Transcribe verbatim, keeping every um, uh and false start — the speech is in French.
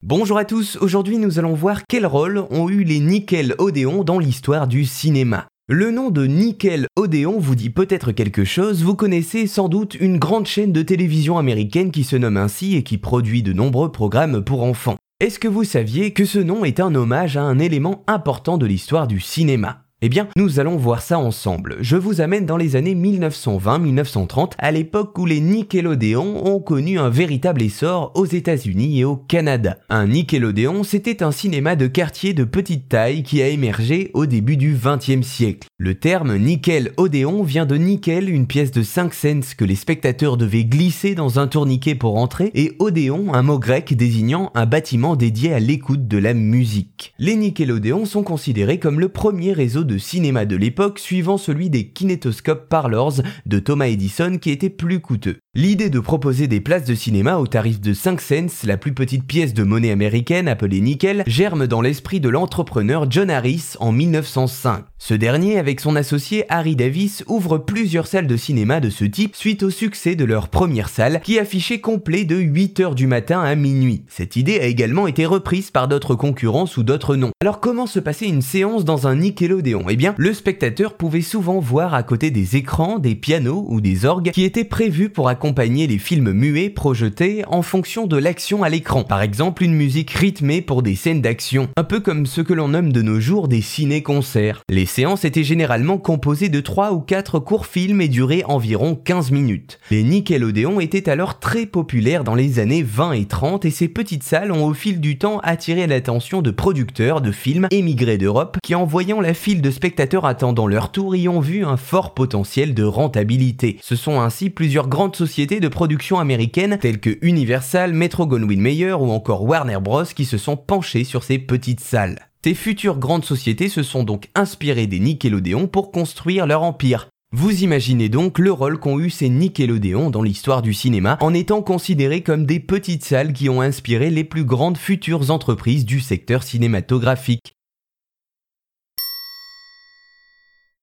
Bonjour à tous, aujourd'hui nous allons voir quel rôle ont eu les Nickelodeon dans l'histoire du cinéma. Le nom de Nickelodeon vous dit peut-être quelque chose, vous connaissez sans doute une grande chaîne de télévision américaine qui se nomme ainsi et qui produit de nombreux programmes pour enfants. Est-ce que vous saviez que ce nom est un hommage à un élément important de l'histoire du cinéma ? Eh bien, nous allons voir ça ensemble. Je vous amène dans les années mille neuf cent vingt mille neuf cent trente, à l'époque où les Nickelodeon ont connu un véritable essor aux États-Unis et au Canada. Un Nickelodeon, c'était un cinéma de quartier de petite taille qui a émergé au début du vingtième siècle. Le terme Nickelodeon vient de nickel, une pièce de cinq cents que les spectateurs devaient glisser dans un tourniquet pour entrer, et Odéon, un mot grec désignant un bâtiment dédié à l'écoute de la musique. Les Nickelodeon sont considérés comme le premier réseau de cinéma de l'époque, suivant celui des Kinetoscope Parlors de Thomas Edison qui était plus coûteux. L'idée de proposer des places de cinéma au tarif de cinq cents, la plus petite pièce de monnaie américaine appelée nickel, germe dans l'esprit de l'entrepreneur John Harris en mille neuf cent cinq. Ce dernier, avec son associé Harry Davis, ouvre plusieurs salles de cinéma de ce type suite au succès de leur première salle qui affichait complet de huit heures du matin à minuit. Cette idée a également été reprise par d'autres concurrents sous d'autres noms. Alors comment se passait une séance dans un Nickelodeon ? Eh bien, le spectateur pouvait souvent voir à côté des écrans, des pianos ou des orgues qui étaient prévus pour accompagner les films muets projetés en fonction de l'action à l'écran. Par exemple, une musique rythmée pour des scènes d'action, un peu comme ce que l'on nomme de nos jours des ciné-concerts. Les séances étaient généralement composées de trois ou quatre courts films et duraient environ quinze minutes. Les Nickelodeon étaient alors très populaires dans les années vingt et trente et ces petites salles ont au fil du temps attiré l'attention de producteurs de films émigrés d'Europe qui, en voyant la file de spectateurs attendant leur tour, y ont vu un fort potentiel de rentabilité. Ce sont ainsi plusieurs grandes sociétés de production américaines telles que Universal, Metro-Goldwyn-Mayer ou encore Warner Bros qui se sont penchées sur ces petites salles. Ces futures grandes sociétés se sont donc inspirées des Nickelodeon pour construire leur empire. Vous imaginez donc le rôle qu'ont eu ces Nickelodeon dans l'histoire du cinéma en étant considérés comme des petites salles qui ont inspiré les plus grandes futures entreprises du secteur cinématographique.